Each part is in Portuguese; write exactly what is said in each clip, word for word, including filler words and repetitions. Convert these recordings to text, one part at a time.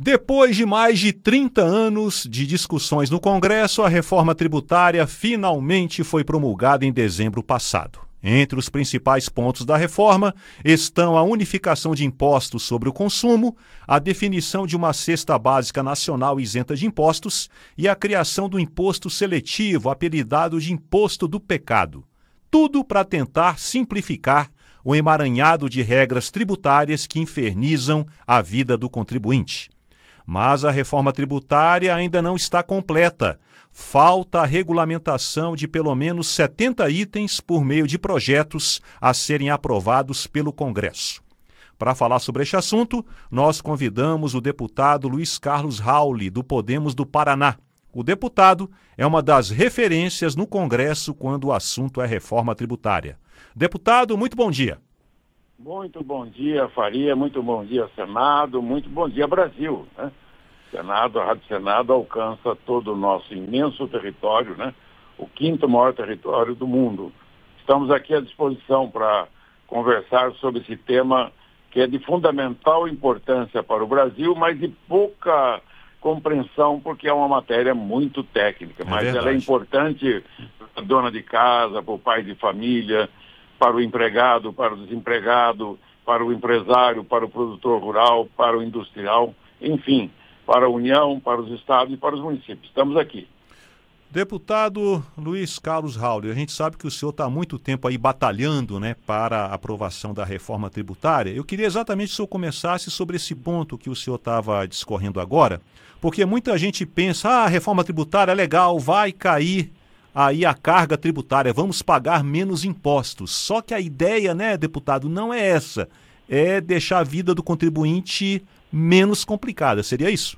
Depois de mais de trinta anos de discussões no Congresso, a reforma tributária finalmente foi promulgada em dezembro passado. Entre os principais pontos da reforma estão a unificação de impostos sobre o consumo, a definição de uma cesta básica nacional isenta de impostos e a criação do imposto seletivo, apelidado de Imposto do Pecado. Tudo para tentar simplificar o emaranhado de regras tributárias que infernizam a vida do contribuinte. Mas a reforma tributária ainda não está completa. Falta a regulamentação de pelo menos setenta itens por meio de projetos a serem aprovados pelo Congresso. Para falar sobre este assunto, nós convidamos o deputado Luiz Carlos Rauli, do Podemos do Paraná. O deputado é uma das referências no Congresso quando o assunto é reforma tributária. Deputado, muito bom dia. Muito bom dia, Faria, muito bom dia, Senado, muito bom dia, Brasil, né? Senado, a Rádio Senado alcança todo o nosso imenso território, né? O quinto maior território do mundo. Estamos aqui à disposição para conversar sobre esse tema que é de fundamental importância para o Brasil, mas de pouca compreensão, porque é uma matéria muito técnica, mas é ela é importante para a dona de casa, para o pai de família, para o empregado, para o desempregado, para o empresário, para o produtor rural, para o industrial, enfim, para a União, para os estados e para os municípios. Estamos aqui. Deputado Luiz Carlos Rauli, a gente sabe que o senhor está há muito tempo aí batalhando, né, para a aprovação da reforma tributária. Eu queria exatamente que o senhor começasse sobre esse ponto que o senhor estava discorrendo agora, porque muita gente pensa, ah, a reforma tributária é legal, vai cair aí a carga tributária, vamos pagar menos impostos. Só que a ideia, né, deputado, não é essa. É deixar a vida do contribuinte menos complicada. Seria isso?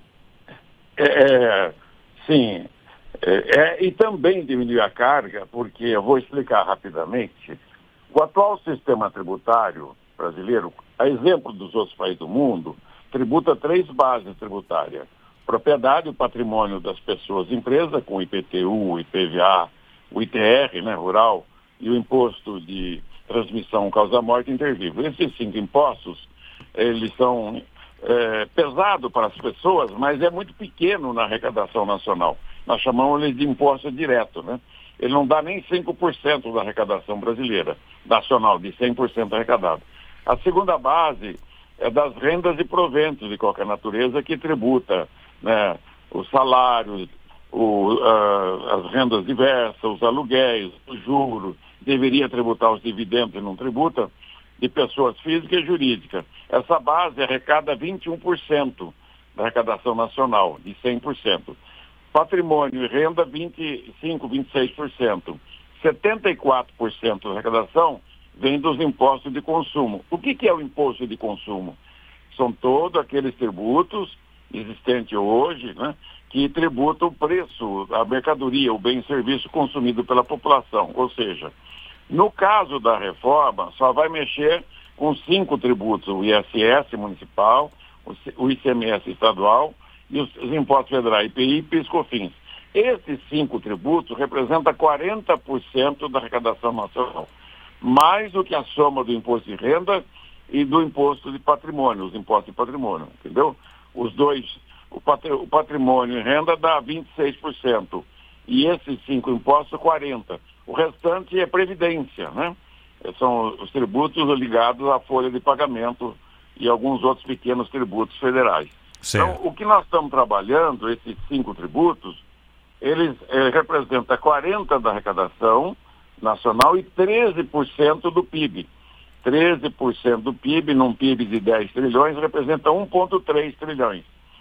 É, sim. É, é, e também diminuir a carga, porque eu vou explicar rapidamente. O atual sistema tributário brasileiro, a exemplo dos outros países do mundo, tributa três bases tributárias. Propriedade e patrimônio das pessoas e empresas, com o I P T U, o I P V A, o I T R, né, rural, e o imposto de transmissão causa-morte intervivo. Esses cinco impostos, eles são é, pesados para as pessoas, mas é muito pequeno na arrecadação nacional. Nós chamamos ele de imposto direto, né? Ele não dá nem cinco por cento da arrecadação brasileira, nacional, de cem por cento arrecadado. A segunda base é das rendas e proventos de qualquer natureza que tributa, né, os salários, o, uh, as rendas diversas, os aluguéis, os juros, deveria tributar os dividendos e não tributa, de pessoas físicas e jurídicas. Essa base arrecada vinte e um por cento da arrecadação nacional, de cem por cento. Patrimônio e renda, vinte e cinco, vinte e seis por cento. setenta e quatro por cento da arrecadação vem dos impostos de consumo. O que, que é o imposto de consumo? São todos aqueles tributos existentes hoje, né, que tributam o preço, a mercadoria, o bem e serviço consumido pela população. Ou seja, no caso da reforma, só vai mexer com cinco tributos, o I S S municipal, o I C M S estadual e os, os impostos federais, I P I e PIS/COFINS. Esses cinco tributos representam quarenta por cento da arrecadação nacional, mais do que a soma do imposto de renda e do imposto de patrimônio, os impostos de patrimônio, entendeu? Os dois, o patrimônio e renda dá vinte e seis por cento e esses cinco impostos, quarenta por cento. O restante é previdência, né? São os tributos ligados à folha de pagamento e alguns outros pequenos tributos federais. Certo. Então, o que nós estamos trabalhando, esses cinco tributos, eles eh, representam quarenta por cento da arrecadação nacional e treze por cento do P I B. treze por cento do P I B, num P I B de dez trilhões, representa um vírgula três trilhões.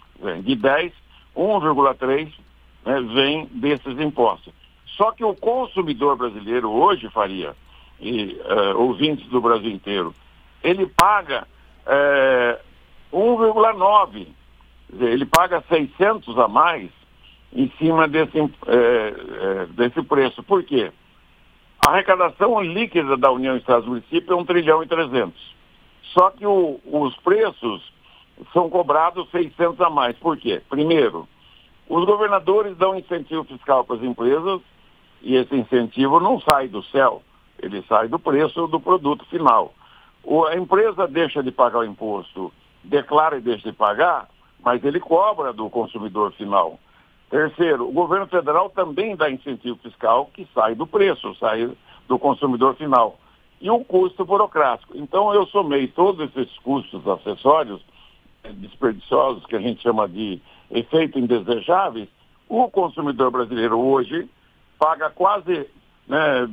De dez, um vírgula três, né, vem desses impostos. Só que o consumidor brasileiro hoje, Faria, e uh, ouvintes do Brasil inteiro, ele paga uh, um vírgula nove. Quer dizer, ele paga seiscentos a mais em cima desse, uh, uh, desse preço. Por quê? A arrecadação líquida da União, Estados e Municípios é um trilhão e trezentos. Só que o, os preços são cobrados seiscentos a mais. Por quê? Primeiro, os governadores dão incentivo fiscal para as empresas e esse incentivo não sai do céu, ele sai do preço do produto final. O, a empresa deixa de pagar o imposto, declara e deixa de pagar, mas ele cobra do consumidor final. Terceiro, o governo federal também dá incentivo fiscal que sai do preço, sai do consumidor final. E o custo burocrático. Então, eu somei todos esses custos acessórios, desperdiciosos, que a gente chama de efeitos indesejáveis. O consumidor brasileiro hoje paga quase, né,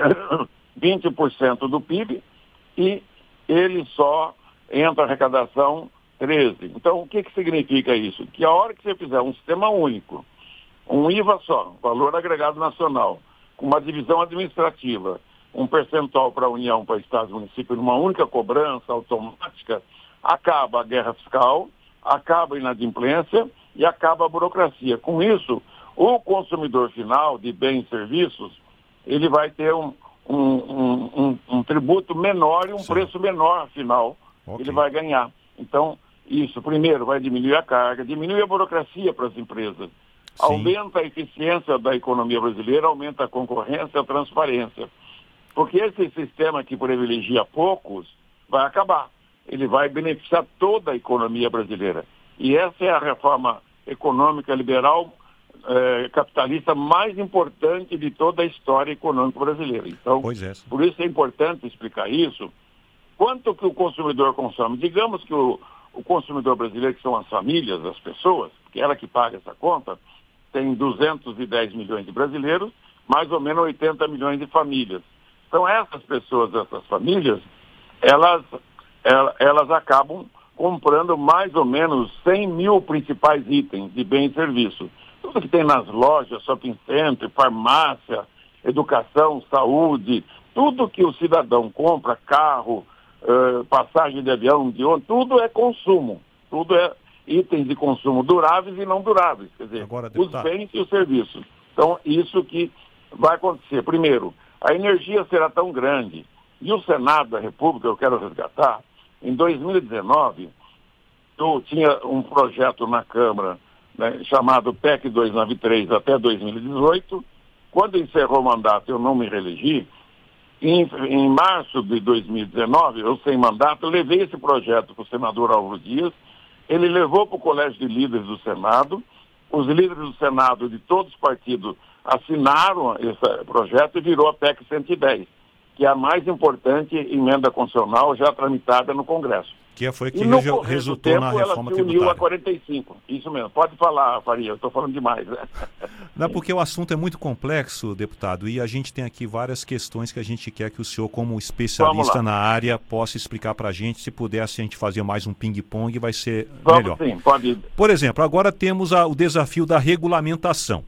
vinte por cento do P I B e ele só entra a arrecadação treze por cento. Então, o que, que significa isso? Que a hora que você fizer um sistema único, um I V A só, valor agregado nacional, com uma divisão administrativa, um percentual para a União, para Estados e municípios, numa única cobrança automática, acaba a guerra fiscal, acaba a inadimplência e acaba a burocracia. Com isso, o consumidor final de bens e serviços, ele vai ter um, um, um, um, um tributo menor e um Sim. preço menor, afinal, okay. ele vai ganhar. Então, isso, primeiro, vai diminuir a carga, diminui a burocracia para as empresas, Sim. aumenta a eficiência da economia brasileira, aumenta a concorrência, a transparência. Porque esse sistema que privilegia poucos vai acabar. Ele vai beneficiar toda a economia brasileira. E essa é a reforma econômica liberal eh, capitalista mais importante de toda a história econômica brasileira. Então, pois é. por isso é importante explicar isso. Quanto que o consumidor consome? Digamos que o, o consumidor brasileiro, que são as famílias, as pessoas, que é ela que paga essa conta, tem duzentos e dez milhões de brasileiros, mais ou menos oitenta milhões de famílias. Então, essas pessoas, essas famílias, elas, elas, elas acabam comprando mais ou menos cem mil principais itens de bem e serviço. Tudo que tem nas lojas, shopping center, farmácia, educação, saúde, tudo que o cidadão compra, carro, uh, passagem de avião, de ônibus, tudo é consumo. Tudo é itens de consumo duráveis e não duráveis. Quer dizer, Agora, os bens e os serviços. Então, isso que vai acontecer. Primeiro, a energia será tão grande. E o Senado da República, eu quero resgatar, em dois mil e dezenove, eu tinha um projeto na Câmara, né, chamado P E C duzentos e noventa e três até dois mil e dezoito. Quando encerrou o mandato, eu não me reelegi. Em, em março de dois mil e dezenove, eu sem mandato, eu levei esse projeto para o senador Álvaro Dias. Ele levou para o Colégio de Líderes do Senado. Os líderes do Senado de todos os partidos assinaram esse projeto e virou a P E C cento e dez, que é a mais importante emenda constitucional já tramitada no Congresso. Que foi que no resultou tempo, na reforma ela se uniu tributária. A quarenta e cinco. Isso mesmo. Pode falar, Faria, eu estou falando demais. Né? Não, porque o assunto é muito complexo, deputado, e a gente tem aqui várias questões que a gente quer que o senhor, como especialista na área, possa explicar para a gente. Se puder, se a gente fazer mais um ping-pong, vai ser Vamos melhor. Sim, pode. Por exemplo, agora temos a, o desafio da regulamentação.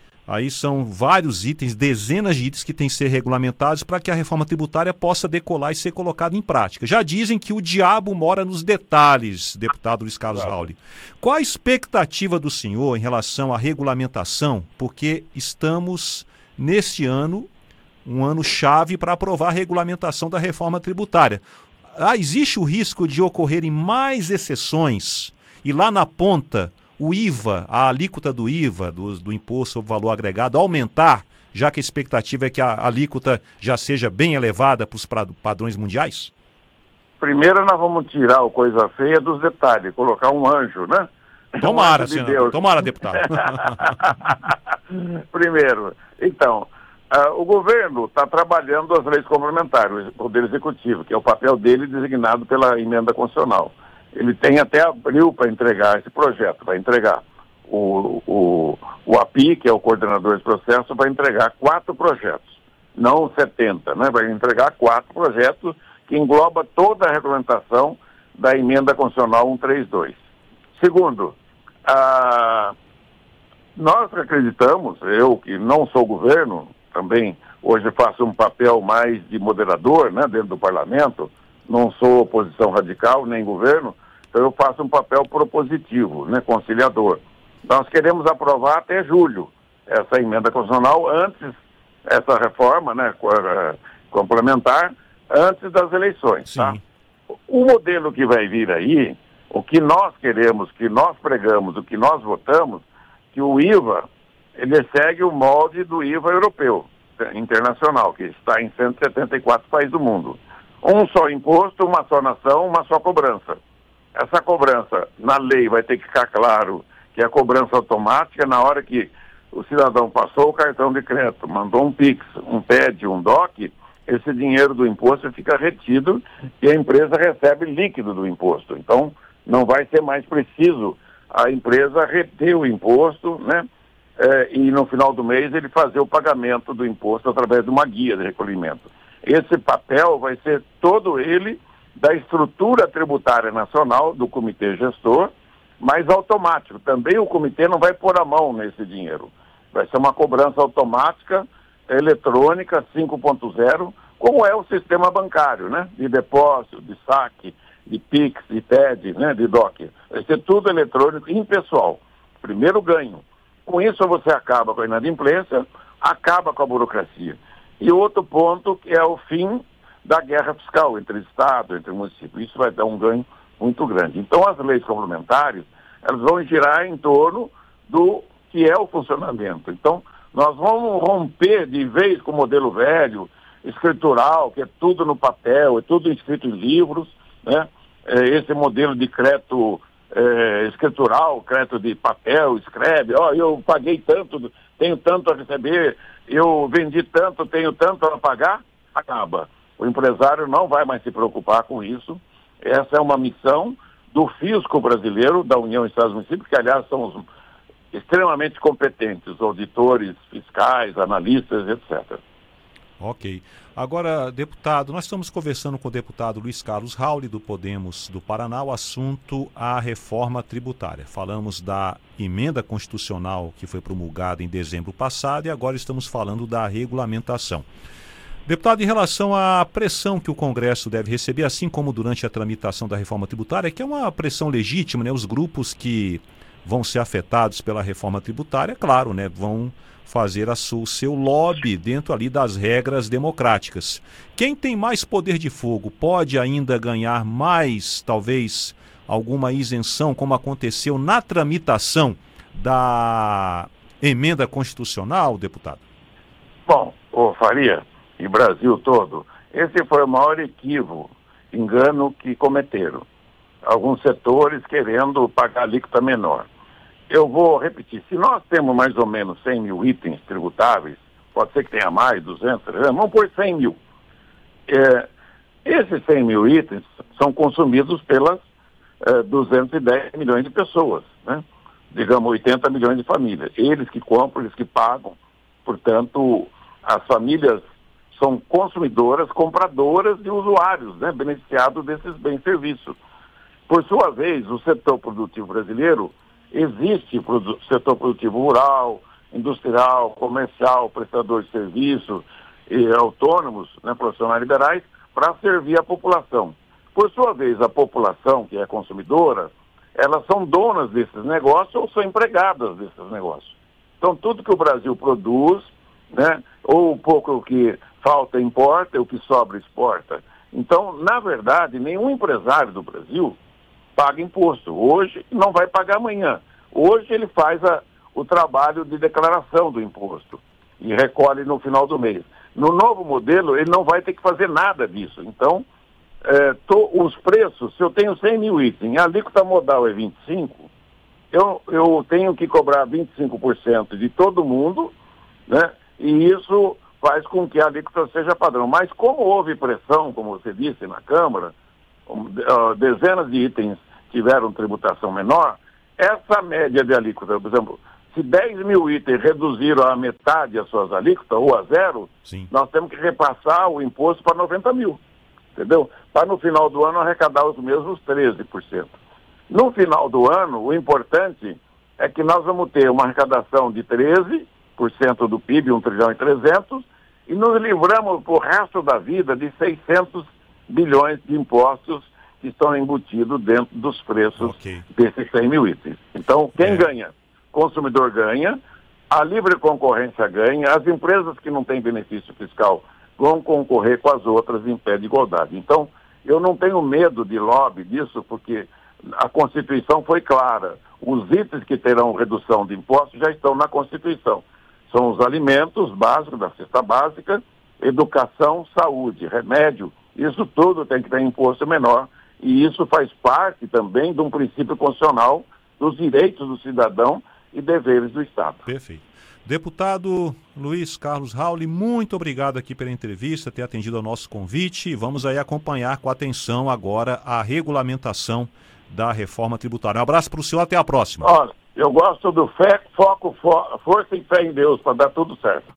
Aí são vários itens, dezenas de itens que têm que ser regulamentados para que a reforma tributária possa decolar e ser colocada em prática. Já dizem que o diabo mora nos detalhes, deputado Luiz Carlos Claro. Rauli. Qual a expectativa do senhor em relação à regulamentação? Porque estamos, neste ano, um ano chave para aprovar a regulamentação da reforma tributária. Ah, existe o risco de ocorrerem mais exceções e lá na ponta o I V A, a alíquota do I V A, do, do Imposto sobre Valor Agregado, aumentar, já que a expectativa é que a alíquota já seja bem elevada para os padrões mundiais? Primeiro nós vamos tirar o coisa feia dos detalhes, colocar um anjo, né? Tomara, um anjo de senador, Deus. tomara, deputado. Primeiro, então, uh, o governo está trabalhando as leis complementares, o Poder Executivo, que é o papel dele designado pela emenda constitucional. Ele tem até abril para entregar esse projeto, vai entregar. O, o, o A P I, que é o coordenador desse processo, vai entregar quatro projetos, não setenta, né? Vai entregar quatro projetos que engloba toda a regulamentação da emenda constitucional cento e trinta e dois. Segundo, a... nós acreditamos, eu que não sou governo, também hoje faço um papel mais de moderador, né, dentro do parlamento, não sou oposição radical, nem governo, então eu faço um papel propositivo, né, conciliador. Nós queremos aprovar até julho essa emenda constitucional, antes, essa reforma, né, complementar, antes das eleições. Tá? O modelo que vai vir aí, o que nós queremos, que nós pregamos, o que nós votamos, que o I V A, ele segue o molde do I V A europeu, internacional, que está em cento e setenta e quatro países do mundo. Um só imposto, uma só nação, uma só cobrança. essa cobrança, na lei, vai ter que ficar claro que é a cobrança automática na hora que o cidadão passou o cartão de crédito, mandou um Pix, um P E D, um D O C, esse dinheiro do imposto fica retido e a empresa recebe líquido do imposto. Então, não vai ser mais preciso a empresa reter o imposto, né? É, e no final do mês ele fazer o pagamento do imposto através de uma guia de recolhimento. Esse papel vai ser todo ele da estrutura tributária nacional do comitê gestor, mas automático. Também o comitê não vai pôr a mão nesse dinheiro. Vai ser uma cobrança automática, eletrônica, cinco ponto zero, como é o sistema bancário, né? De depósito, de saque, de Pix, de P E D, né? De D O C. Vai ser tudo eletrônico e impessoal. Primeiro ganho. Com isso você acaba com a inadimplência, acaba com a burocracia. E outro ponto que é o fim da guerra fiscal entre Estado, entre município. Isso vai dar um ganho muito grande. Então as leis complementares, elas vão girar em torno do que é o funcionamento. Então nós vamos romper de vez com o modelo velho, escritural, que é tudo no papel, é tudo escrito em livros, né? Esse modelo de crédito é, escritural, crédito de papel, escreve, ó, oh, eu paguei tanto, tenho tanto a receber, eu vendi tanto, tenho tanto a pagar, acaba. O empresário não vai mais se preocupar com isso. Essa é uma missão do fisco brasileiro, da União Estados e Municípios, que aliás são os extremamente competentes, auditores fiscais, analistas, etcétera. Ok. Agora, deputado, nós estamos conversando com o deputado Luiz Carlos Rauli, do Podemos do Paraná, o assunto a reforma tributária. Falamos da emenda constitucional que foi promulgada em dezembro passado e agora estamos falando da regulamentação. Deputado, em relação à pressão que o Congresso deve receber, assim como durante a tramitação da reforma tributária, que é uma pressão legítima, né? Os grupos que vão ser afetados pela reforma tributária, claro, né? Vão fazer a sua, o seu lobby dentro ali das regras democráticas. Quem tem mais poder de fogo pode ainda ganhar mais, talvez, alguma isenção, como aconteceu na tramitação da emenda constitucional, deputado? Bom, ô Faria, e Brasil todo, esse foi o maior equívoco, engano que cometeram. Alguns setores querendo pagar alíquota menor. Eu vou repetir, se nós temos mais ou menos cem mil itens tributáveis, pode ser que tenha mais, duzentos, trezentos, vamos pôr cem mil. É, esses cem mil itens são consumidos pelas é, duzentos e dez milhões de pessoas, né? Digamos oitenta milhões de famílias. Eles que compram, eles que pagam. Portanto, as famílias são consumidoras, compradoras de usuários, né? Beneficiados desses bens e serviços. Por sua vez, o setor produtivo brasileiro, existe produ- setor produtivo rural, industrial, comercial, prestador de serviço, e autônomos, né, profissionais liberais, para servir a população. Por sua vez, a população, que é consumidora, elas são donas desses negócios ou são empregadas desses negócios. Então, tudo que o Brasil produz, né, ou o pouco que falta importa, e o que sobra exporta. Então, na verdade, nenhum empresário do Brasil paga imposto hoje e não vai pagar amanhã. Hoje ele faz a, o trabalho de declaração do imposto e recolhe no final do mês. No novo modelo, ele não vai ter que fazer nada disso. Então, é, tô, os preços, se eu tenho cem mil itens, a alíquota modal é vinte e cinco por cento, eu, eu tenho que cobrar vinte e cinco por cento de todo mundo, né? E isso faz com que a alíquota seja padrão. Mas como houve pressão, como você disse, na Câmara, dezenas de itens tiveram tributação menor, essa média de alíquota, por exemplo, se dez mil itens reduziram a metade as suas alíquotas, ou a zero, Sim. nós temos que repassar o imposto para noventa mil, entendeu? Para no final do ano arrecadar os mesmos treze por cento. No final do ano, o importante é que nós vamos ter uma arrecadação de treze por cento do P I B, um trilhão e trezentos, e nos livramos para o resto da vida de seiscentos bilhões de impostos que estão embutidos dentro dos preços okay. desses cem mil itens. Então, quem é. ganha? O consumidor ganha, a livre concorrência ganha, as empresas que não têm benefício fiscal vão concorrer com as outras em pé de igualdade. Então, eu não tenho medo de lobby disso, porque a Constituição foi clara. Os itens que terão redução de impostos já estão na Constituição. São os alimentos básicos da cesta básica, educação, saúde, remédio. Isso tudo tem que ter imposto menor E isso faz parte também de um princípio constitucional dos direitos do cidadão e deveres do Estado. Perfeito. Deputado Luiz Carlos Rauli, muito obrigado aqui pela entrevista, ter atendido ao nosso convite. Vamos aí acompanhar com atenção agora a regulamentação da reforma tributária. Um abraço para o senhor, até a próxima. Olha, eu gosto do fé, foco, fo- força e fé em Deus para dar tudo certo.